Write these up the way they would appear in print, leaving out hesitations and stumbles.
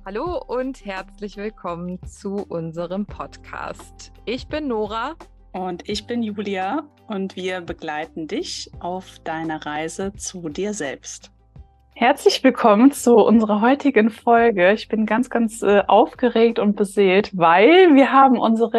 Hallo und herzlich willkommen zu unserem Podcast. Ich bin Nora. Und ich bin Julia und wir begleiten dich auf deiner Reise zu dir selbst. Herzlich willkommen zu unserer heutigen Folge. Ich bin ganz aufgeregt und beseelt, weil wir haben unseren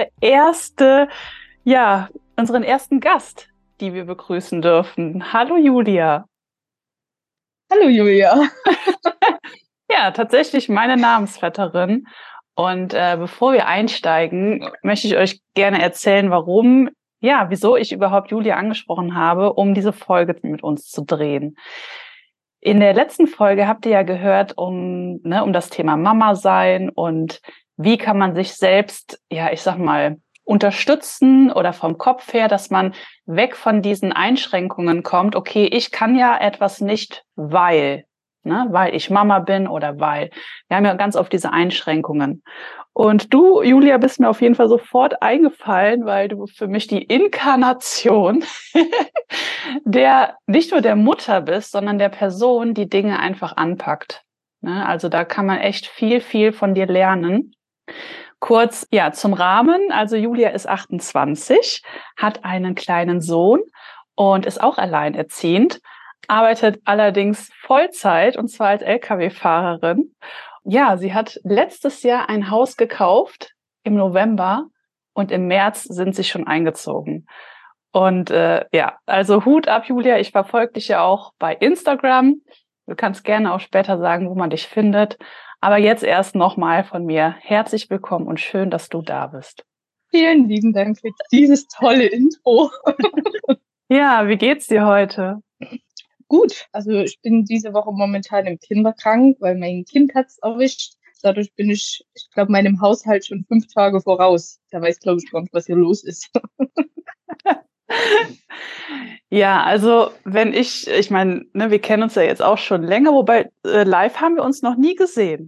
ersten Gast, die wir begrüßen dürfen. Hallo Julia. Hallo Julia. Ja, tatsächlich meine Namensvetterin. Und bevor wir einsteigen, möchte ich euch gerne erzählen, wieso ich überhaupt Julia angesprochen habe, um diese Folge mit uns zu drehen. In der letzten Folge habt ihr ja gehört um das Thema Mama sein und wie kann man sich selbst, unterstützen oder vom Kopf her, dass man weg von diesen Einschränkungen kommt. Okay, ich kann ja etwas nicht, weil ich Mama bin oder weil. Wir haben ja ganz oft diese Einschränkungen. Und du, Julia, bist mir auf jeden Fall sofort eingefallen, weil du für mich die Inkarnation nicht nur der Mutter bist, sondern der Person, die Dinge einfach anpackt. Also da kann man echt viel von dir lernen. Kurz, zum Rahmen. Also Julia ist 28, hat einen kleinen Sohn und ist auch alleinerziehend, arbeitet allerdings Vollzeit und zwar als Lkw-Fahrerin. Ja, sie hat letztes Jahr ein Haus gekauft im November und im März sind sie schon eingezogen. Und also Hut ab, Julia. Ich verfolge dich ja auch bei Instagram. Du kannst gerne auch später sagen, wo man dich findet. Aber jetzt erst nochmal von mir herzlich willkommen und schön, dass du da bist. Vielen lieben Dank für dieses tolle Intro. Ja, wie geht's dir heute? Gut, also ich bin diese Woche momentan im Kinderkrank, weil mein Kind hat's erwischt. Dadurch bin ich glaube, meinem Haushalt schon 5 Tage voraus. Da weiß, glaube ich, gar nicht, was hier los ist. Ja, also ich meine, wir kennen uns ja jetzt auch schon länger, wobei live haben wir uns noch nie gesehen.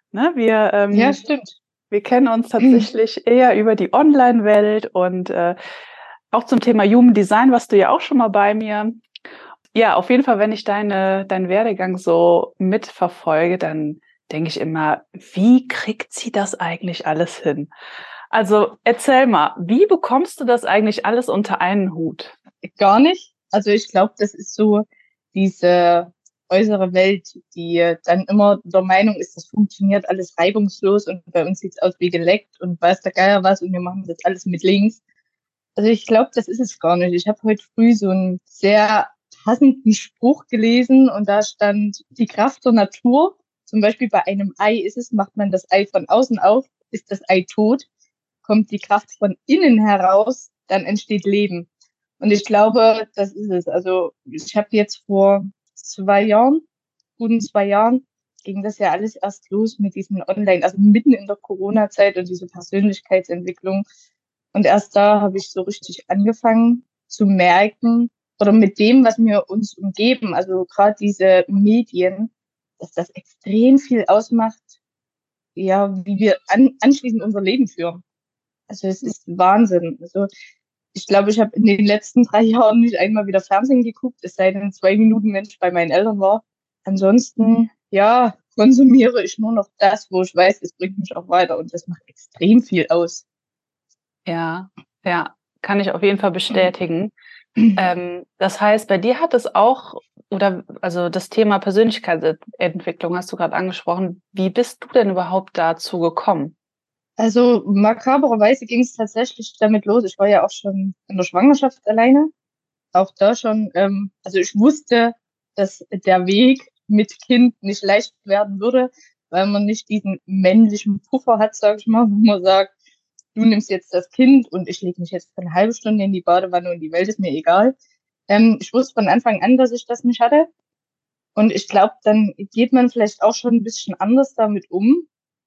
Ja, stimmt. Wir kennen uns tatsächlich eher über die Online-Welt und auch zum Thema Human Design, warst du ja auch schon mal bei mir. Ja, auf jeden Fall, wenn ich deinen Werdegang so mitverfolge, dann denke ich immer, wie kriegt sie das eigentlich alles hin? Also erzähl mal, wie bekommst du das eigentlich alles unter einen Hut? Gar nicht. Also ich glaube, das ist so diese äußere Welt, die dann immer der Meinung ist, das funktioniert alles reibungslos und bei uns sieht's aus wie geleckt und weiß der Geier was und wir machen das alles mit links. Also ich glaube, das ist es gar nicht. Ich habe heute früh so einen sehr passenden Spruch gelesen und da stand die Kraft der Natur. Zum Beispiel bei einem Ei macht man das Ei von außen auf, ist das Ei tot, kommt die Kraft von innen heraus, dann entsteht Leben. Und ich glaube, das ist es. Also ich habe jetzt vor 2 Jahren, guten 2 Jahren, ging das ja alles erst los mit diesen Online, also mitten in der Corona-Zeit und diese Persönlichkeitsentwicklung. Und erst da habe ich so richtig angefangen zu merken, oder mit dem, was wir uns umgeben, also gerade diese Medien, dass das extrem viel ausmacht, ja, wie wir anschließend unser Leben führen. Also es ist Wahnsinn. Also ich glaube, ich habe in den letzten 3 Jahren nicht einmal wieder Fernsehen geguckt, es sei denn 2 Minuten, wenn ich bei meinen Eltern war. Ansonsten, ja, konsumiere ich nur noch das, wo ich weiß, es bringt mich auch weiter und das macht extrem viel aus. Ja, kann ich auf jeden Fall bestätigen. Das heißt, bei dir hat es auch, also das Thema Persönlichkeitsentwicklung hast du gerade angesprochen. Wie bist du denn überhaupt dazu gekommen? Also makabererweise ging es tatsächlich damit los. Ich war ja auch schon in der Schwangerschaft alleine. Auch da schon, also ich wusste, dass der Weg mit Kind nicht leicht werden würde, weil man nicht diesen männlichen Puffer hat, sag ich mal, wo man sagt, du nimmst jetzt das Kind und ich lege mich jetzt für eine halbe Stunde in die Badewanne und die Welt ist mir egal. Ich wusste von Anfang an, dass ich das nicht hatte. Und ich glaube, dann geht man vielleicht auch schon ein bisschen anders damit um.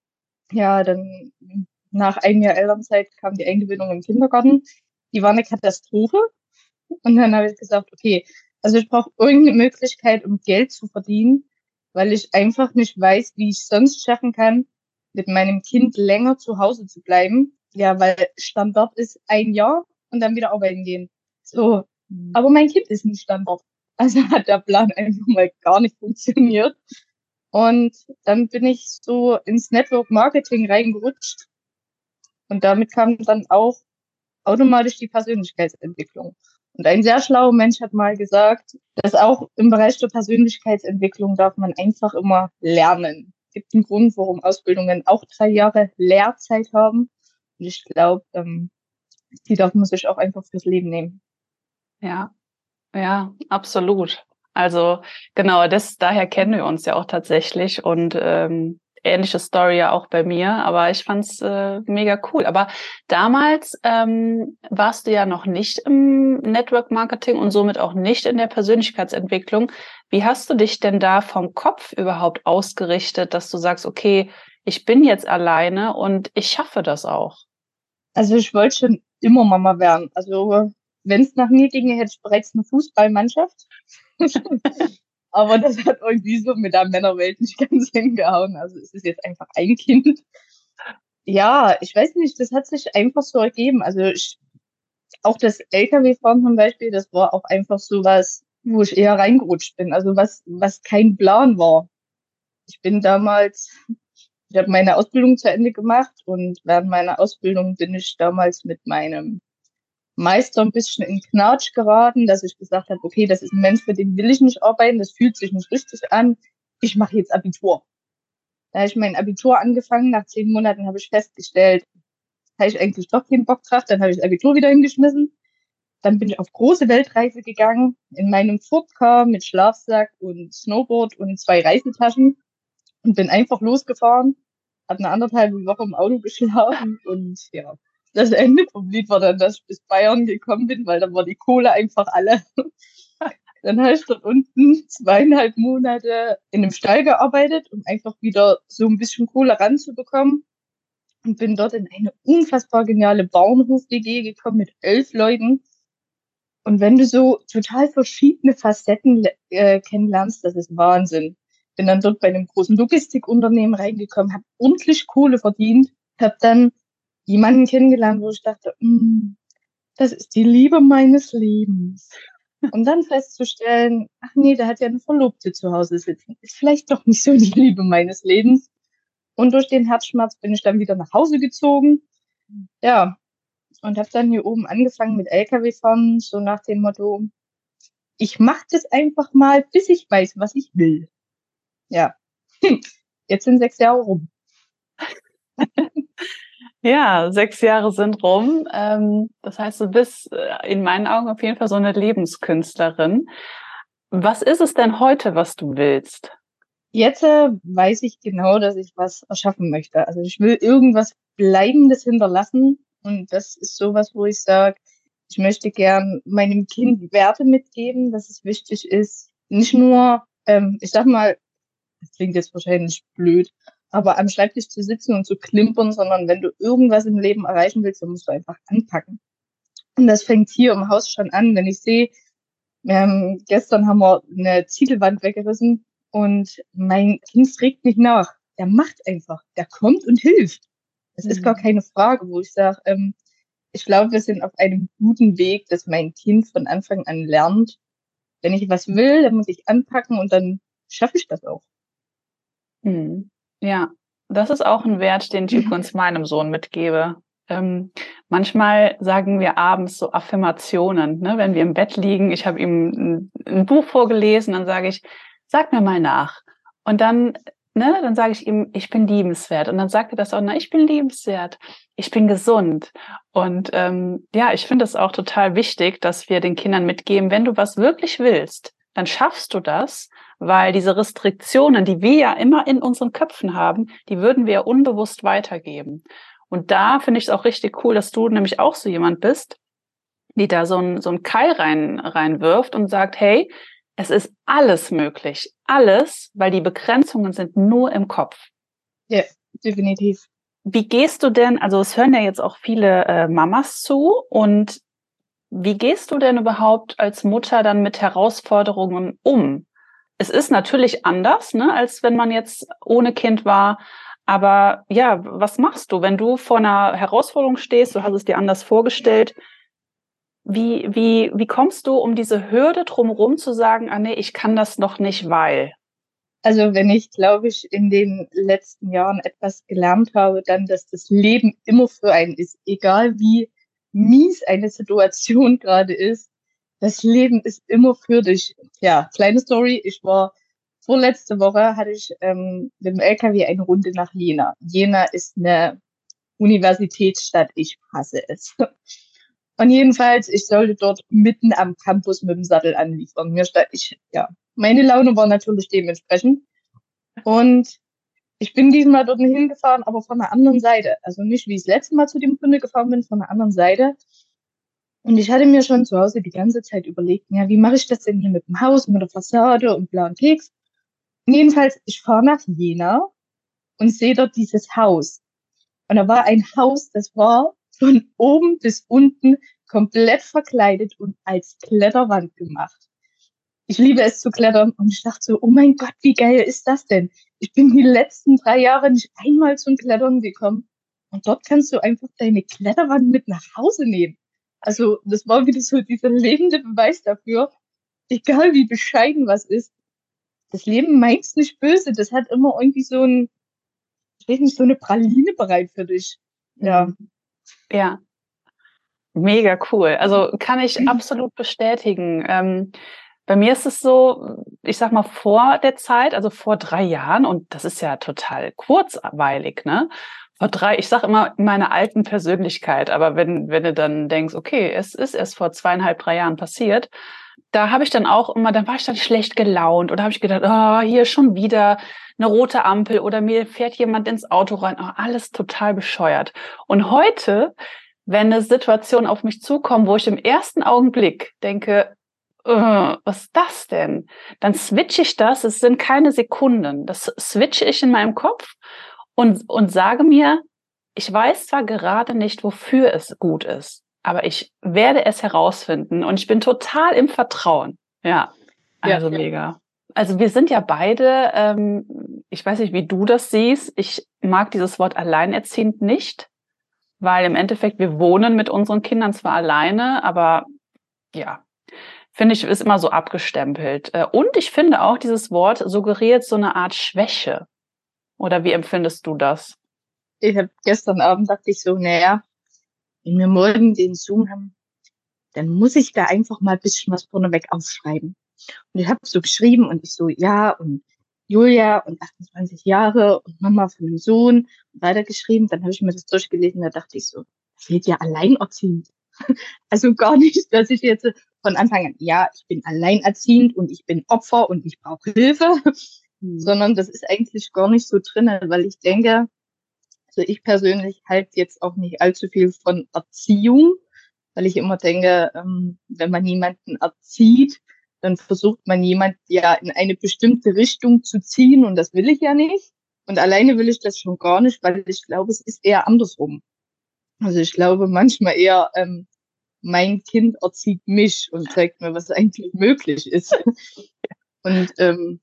Ja, dann nach einem Jahr Elternzeit kam die Eingewöhnung im Kindergarten. Die war eine Katastrophe. Und dann habe ich gesagt, okay, also ich brauche irgendeine Möglichkeit, um Geld zu verdienen, weil ich einfach nicht weiß, wie ich sonst schaffen kann, mit meinem Kind länger zu Hause zu bleiben. Ja, weil Standard ist 1 Jahr und dann wieder arbeiten gehen. So. Aber mein Kind ist nicht Standard. Also hat der Plan einfach mal gar nicht funktioniert. Und dann bin ich so ins Network Marketing reingerutscht. Und damit kam dann auch automatisch die Persönlichkeitsentwicklung. Und ein sehr schlauer Mensch hat mal gesagt, dass auch im Bereich der Persönlichkeitsentwicklung darf man einfach immer lernen. Es gibt einen Grund, warum Ausbildungen auch 3 Jahre Lehrzeit haben. Und ich glaube, die darf man sich auch einfach fürs Leben nehmen. Ja, ja, absolut. Also genau, daher kennen wir uns ja auch tatsächlich und ähnliche Story ja auch bei mir, aber ich fand's mega cool. Aber damals warst du ja noch nicht im Network Marketing und somit auch nicht in der Persönlichkeitsentwicklung. Wie hast du dich denn da vom Kopf überhaupt ausgerichtet, dass du sagst, okay, ich bin jetzt alleine und ich schaffe das auch? Also ich wollte schon immer Mama werden. Also wenn es nach mir ginge, hätte ich bereits eine Fußballmannschaft. Aber das hat irgendwie so mit der Männerwelt nicht ganz hingehauen. Also es ist jetzt einfach ein Kind. Ja, ich weiß nicht, das hat sich einfach so ergeben. Also auch das LKW-Fahren zum Beispiel, das war auch einfach so was, wo ich eher reingerutscht bin. Also was kein Plan war. Ich habe meine Ausbildung zu Ende gemacht und während meiner Ausbildung bin ich damals mit meinem Meister ein bisschen in Knatsch geraten, dass ich gesagt habe, okay, das ist ein Mensch, für den will ich nicht arbeiten, das fühlt sich nicht richtig an, ich mache jetzt Abitur. Da habe ich mein Abitur angefangen, nach 10 Monaten habe ich festgestellt, habe ich eigentlich doch keinen Bock drauf, dann habe ich das Abitur wieder hingeschmissen, dann bin ich auf große Weltreise gegangen, in meinem Ford-Car mit Schlafsack und Snowboard und 2 Reisetaschen und bin einfach losgefahren, habe eine 1,5 Woche im Auto geschlafen und ja, das Ende vom Lied war dann, dass ich bis Bayern gekommen bin, weil dann war die Kohle einfach alle. Dann habe ich dort unten 2,5 Monate in einem Stall gearbeitet, um einfach wieder so ein bisschen Kohle ranzubekommen und bin dort in eine unfassbar geniale Bauernhof-WG gekommen mit 11 Leuten. Und wenn du so total verschiedene Facetten kennenlernst, das ist Wahnsinn. Bin dann dort bei einem großen Logistikunternehmen reingekommen, habe ordentlich Kohle verdient, habe dann jemanden kennengelernt, wo ich dachte, das ist die Liebe meines Lebens. Und dann festzustellen, ach nee, der hat ja eine Verlobte zu Hause sitzen. Ist vielleicht doch nicht so die Liebe meines Lebens. Und durch den Herzschmerz bin ich dann wieder nach Hause gezogen. Ja, und habe dann hier oben angefangen mit LKW-Fahren, so nach dem Motto, ich mache das einfach mal, bis ich weiß, was ich will. Ja, jetzt sind 6 Jahre rum. Ja, 6 Jahre sind rum. Das heißt, du bist in meinen Augen auf jeden Fall so eine Lebenskünstlerin. Was ist es denn heute, was du willst? Jetzt weiß ich genau, dass ich was erschaffen möchte. Also ich will irgendwas Bleibendes hinterlassen. Und das ist sowas, wo ich sage, ich möchte gern meinem Kind Werte mitgeben, dass es wichtig ist, nicht nur, ich sag mal, das klingt jetzt wahrscheinlich blöd, aber am Schreibtisch zu sitzen und zu klimpern, sondern wenn du irgendwas im Leben erreichen willst, dann musst du einfach anpacken. Und das fängt hier im Haus schon an, wenn ich sehe, gestern haben wir eine Ziegelwand weggerissen und mein Kind trägt nicht nach. Der macht einfach, der kommt und hilft. Es ist gar keine Frage, wo ich sage, ich glaube, wir sind auf einem guten Weg, dass mein Kind von Anfang an lernt, wenn ich was will, dann muss ich anpacken und dann schaffe ich das auch. Ja, das ist auch ein Wert, den ich übrigens meinem Sohn mitgebe. Manchmal sagen wir abends so Affirmationen, ne, wenn wir im Bett liegen. Ich habe ihm ein Buch vorgelesen, dann sage ich, sag mir mal nach. Und dann sage ich ihm, ich bin liebenswert. Und dann sagt er das auch, ich bin liebenswert, ich bin gesund. Und ich finde es auch total wichtig, dass wir den Kindern mitgeben, wenn du was wirklich willst, dann schaffst du das, weil diese Restriktionen, die wir ja immer in unseren Köpfen haben, die würden wir ja unbewusst weitergeben. Und da finde ich es auch richtig cool, dass du nämlich auch so jemand bist, die da so ein Keil reinwirft und sagt, hey, es ist alles möglich. Alles, weil die Begrenzungen sind nur im Kopf. Ja, definitiv. Wie gehst du denn, also es hören ja jetzt auch viele Mamas zu, und wie gehst du denn überhaupt als Mutter dann mit Herausforderungen um? Es ist natürlich anders, ne, als wenn man jetzt ohne Kind war. Aber ja, was machst du, wenn du vor einer Herausforderung stehst, du hast es dir anders vorgestellt? Wie kommst du um diese Hürde drumherum zu sagen, nee, ich kann das noch nicht, weil? Also wenn ich, glaube ich, in den letzten Jahren etwas gelernt habe, dann, dass das Leben immer für einen ist, egal wie mies eine Situation gerade ist. Das Leben ist immer für dich. Ja, kleine Story. Ich war vorletzte Woche, hatte ich mit dem LKW eine Runde nach Jena. Jena ist eine Universitätsstadt. Ich hasse es. Und jedenfalls, ich sollte dort mitten am Campus mit dem Sattel anliefern. Meine Laune war natürlich dementsprechend. Und ich bin diesmal dort hingefahren, aber von der anderen Seite. Also nicht wie ich das letzte Mal zu dem Kunde gefahren bin, von der anderen Seite. Und ich hatte mir schon zu Hause die ganze Zeit überlegt, ja, wie mache ich das denn hier mit dem Haus, mit der Fassade und bla und Keks. Und jedenfalls, ich fahre nach Jena und sehe dort dieses Haus. Und da war ein Haus, das war von oben bis unten komplett verkleidet und als Kletterwand gemacht. Ich liebe es zu klettern und ich dachte so, oh mein Gott, wie geil ist das denn? Ich bin die letzten 3 Jahre nicht einmal zum Klettern gekommen. Und dort kannst du einfach deine Kletterwand mit nach Hause nehmen. Also das war wieder so dieser lebende Beweis dafür, egal wie bescheiden was ist, das Leben meint's nicht böse. Das hat immer irgendwie so ich weiß nicht, so eine Praline bereit für dich. Ja. Ja, mega cool. Also kann ich absolut bestätigen. Bei mir ist es so, ich sag mal vor der Zeit, also vor 3 Jahren, und das ist ja total kurzweilig, ne? Ich sag immer in meiner alten Persönlichkeit, aber wenn du dann denkst, okay, es ist erst vor 2,5, 3 Jahren passiert, da habe ich dann auch immer, dann war ich dann schlecht gelaunt oder habe ich gedacht, oh, hier schon wieder eine rote Ampel oder mir fährt jemand ins Auto rein, oh, alles total bescheuert. Und heute, wenn eine Situation auf mich zukommt, wo ich im ersten Augenblick denke, was ist das denn? Dann switche ich das, es sind keine Sekunden, das switche ich in meinem Kopf und sage mir, ich weiß zwar gerade nicht, wofür es gut ist, aber ich werde es herausfinden und ich bin total im Vertrauen. Ja, also Ja. mega. Also wir sind ja beide, ich weiß nicht, wie du das siehst, ich mag dieses Wort alleinerziehend nicht, weil im Endeffekt wir wohnen mit unseren Kindern zwar alleine, aber ja, finde ich, ist immer so abgestempelt. Und ich finde auch, dieses Wort suggeriert so eine Art Schwäche. Oder wie empfindest du das? Ich habe gestern Abend dachte ich so, naja, wenn wir morgen den Zoom haben, dann muss ich da einfach mal ein bisschen was vorneweg aufschreiben. Und ich habe so geschrieben und ich so, ja, und Julia und 28 Jahre und Mama von einem Sohn und weitergeschrieben. Dann habe ich mir das durchgelesen, da dachte ich so, das wird ja alleinerziehend. Also gar nicht, dass ich jetzt von Anfang an, ja, ich bin alleinerziehend und ich bin Opfer und ich brauche Hilfe, sondern das ist eigentlich gar nicht so drinnen, weil ich denke, also ich persönlich halte jetzt auch nicht allzu viel von Erziehung, weil ich immer denke, wenn man jemanden erzieht, dann versucht man jemand ja in eine bestimmte Richtung zu ziehen und das will ich ja nicht. Und alleine will ich das schon gar nicht, weil ich glaube, es ist eher andersrum. Also ich glaube manchmal eher, mein Kind erzieht mich und zeigt mir, was eigentlich möglich ist. Und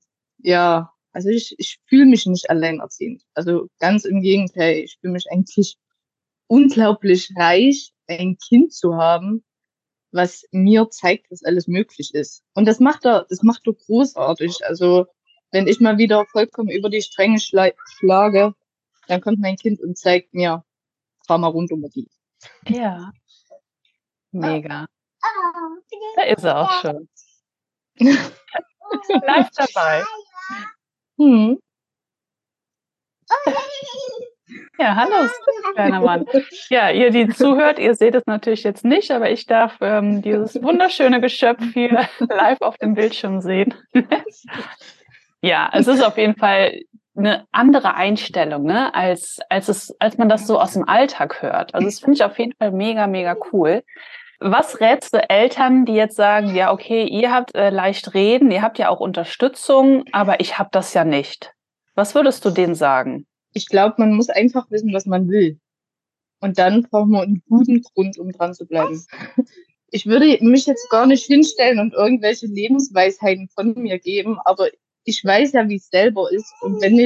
ja, also ich fühle mich nicht alleinerziehend. Also ganz im Gegenteil, ich fühle mich eigentlich unglaublich reich, ein Kind zu haben, was mir zeigt, was alles möglich ist. Und das macht er großartig. Also wenn ich mal wieder vollkommen über die Stränge schlage, dann kommt mein Kind und zeigt mir, fahr mal rund um die. Ja, mega. Da ist er auch schon. Live dabei. Hm. Ja, hallo, kleiner Mann. Ja, ihr, die zuhört, ihr seht es natürlich jetzt nicht, aber ich darf dieses wunderschöne Geschöpf hier live auf dem Bildschirm sehen. Ja, es ist auf jeden Fall eine andere Einstellung, ne, als man das so aus dem Alltag hört. Also das finde ich auf jeden Fall mega, mega cool. Was rätst du Eltern, die jetzt sagen, ja, okay, ihr habt leicht reden, ihr habt ja auch Unterstützung, aber ich habe das ja nicht. Was würdest du denen sagen? Ich glaube, man muss einfach wissen, was man will. Und dann braucht man einen guten Grund, um dran zu bleiben. Ich würde mich jetzt gar nicht hinstellen und irgendwelche Lebensweisheiten von mir geben, aber ich weiß ja, wie es selber ist. Und wenn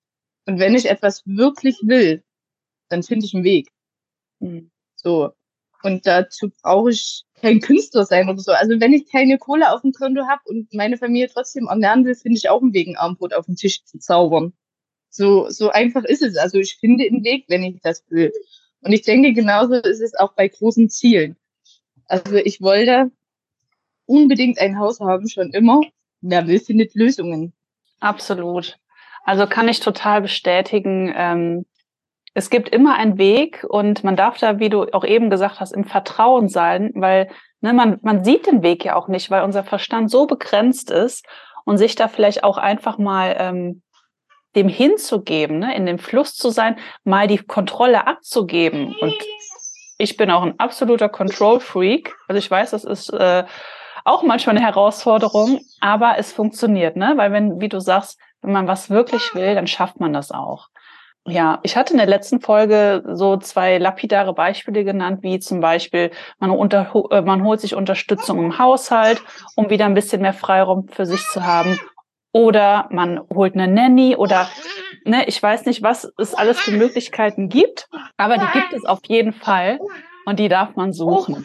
ich etwas wirklich will, dann finde ich einen Weg. So. Und dazu brauche ich kein Künstler sein oder so. Also wenn ich keine Kohle auf dem Konto habe und meine Familie trotzdem ernähren will, finde ich auch einen Weg, ein Armbrot auf den Tisch zu zaubern. So einfach ist es. Also ich finde einen Weg, wenn ich das will. Und ich denke, genauso ist es auch bei großen Zielen. Also ich wollte unbedingt ein Haus haben, schon immer. Wer will, findet Lösungen. Absolut. Also kann ich total bestätigen. Es gibt immer einen Weg und man darf da, wie du auch eben gesagt hast, im Vertrauen sein, weil man sieht den Weg ja auch nicht, weil unser Verstand so begrenzt ist und sich da vielleicht auch einfach mal dem hinzugeben, in dem Fluss zu sein, mal die Kontrolle abzugeben. Und ich bin auch ein absoluter Control-Freak. Also ich weiß, das ist auch manchmal eine Herausforderung, aber es funktioniert, weil wie du sagst, wenn man was wirklich will, dann schafft man das auch. Ja, ich hatte in der letzten Folge so 2 lapidare Beispiele genannt, wie zum Beispiel, man holt sich Unterstützung im Haushalt, um wieder ein bisschen mehr Freiraum für sich zu haben. Oder man holt eine Nanny oder ich weiß nicht, was es alles für Möglichkeiten gibt, aber die gibt es auf jeden Fall und die darf man suchen.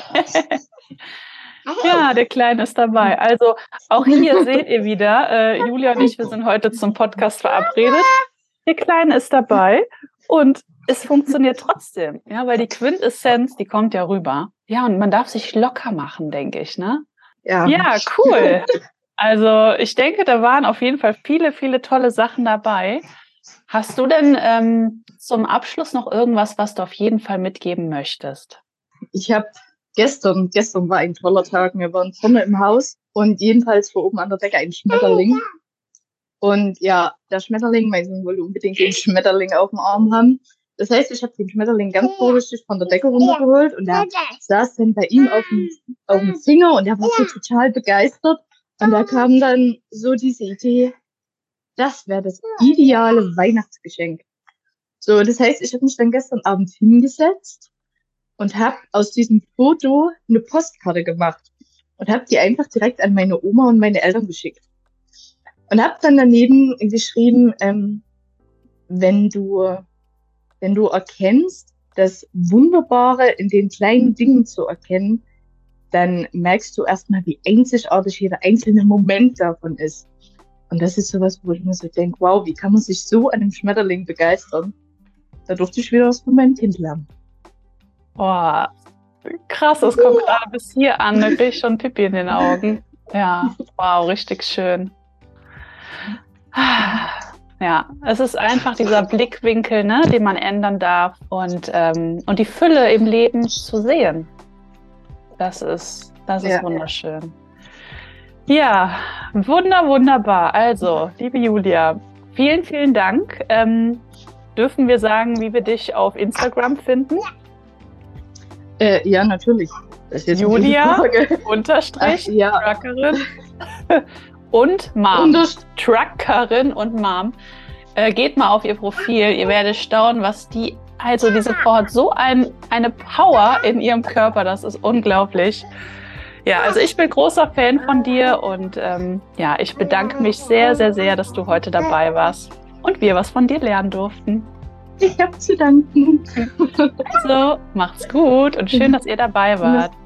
Ja, der Kleine ist dabei. Also auch hier seht ihr wieder, Julia und ich, wir sind heute zum Podcast verabredet. Der Kleine ist dabei und es funktioniert trotzdem, weil die Quintessenz, die kommt ja rüber. Ja, und man darf sich locker machen, denke ich, ne? Ja, cool. Also ich denke, da waren auf jeden Fall viele, viele tolle Sachen dabei. Hast du denn zum Abschluss noch irgendwas, was du auf jeden Fall mitgeben möchtest? Ich habe gestern war ein toller Tag, wir waren vorne im Haus und jedenfalls vor oben an der Decke ein Schmetterling. Und ja, der Schmetterling, mein Sohn wollte unbedingt den Schmetterling auf dem Arm haben. Das heißt, ich habe den Schmetterling ganz vorsichtig von der Decke runtergeholt und der saß dann bei ihm auf dem Finger und er war so total begeistert. Und da kam dann so diese Idee, das wäre das ideale Weihnachtsgeschenk. So, das heißt, ich habe mich dann gestern Abend hingesetzt und habe aus diesem Foto eine Postkarte gemacht und habe die einfach direkt an meine Oma und meine Eltern geschickt. Und habe dann daneben geschrieben, wenn du erkennst, das Wunderbare in den kleinen Dingen zu erkennen, dann merkst du erstmal, wie einzigartig jeder einzelne Moment davon ist. Und das ist sowas, wo ich mir so denke, wow, wie kann man sich so an einem Schmetterling begeistern? Da durfte ich wieder was von meinem Kind lernen. Boah, krass, das kommt gerade bis hier an, da kriege ich schon Pipi in den Augen. Ja, wow, richtig schön. Ja, es ist einfach dieser Blickwinkel, den man ändern darf und die Fülle im Leben zu sehen. Das ist wunderschön. Ja, wunderbar. Also, liebe Julia, vielen, vielen Dank. Dürfen wir sagen, wie wir dich auf Instagram finden? Ja, natürlich. Das ist jetzt Julia unterstrich Truckerin und Mom. Truckerin und Mom. Geht mal auf ihr Profil. Ihr werdet staunen, was diese Frau hat so eine Power in ihrem Körper. Das ist unglaublich. Ja, also ich bin großer Fan von dir und ich bedanke mich sehr, sehr, sehr, dass du heute dabei warst und wir was von dir lernen durften. Ich habe zu danken. Also, macht's gut und schön, dass ihr dabei wart.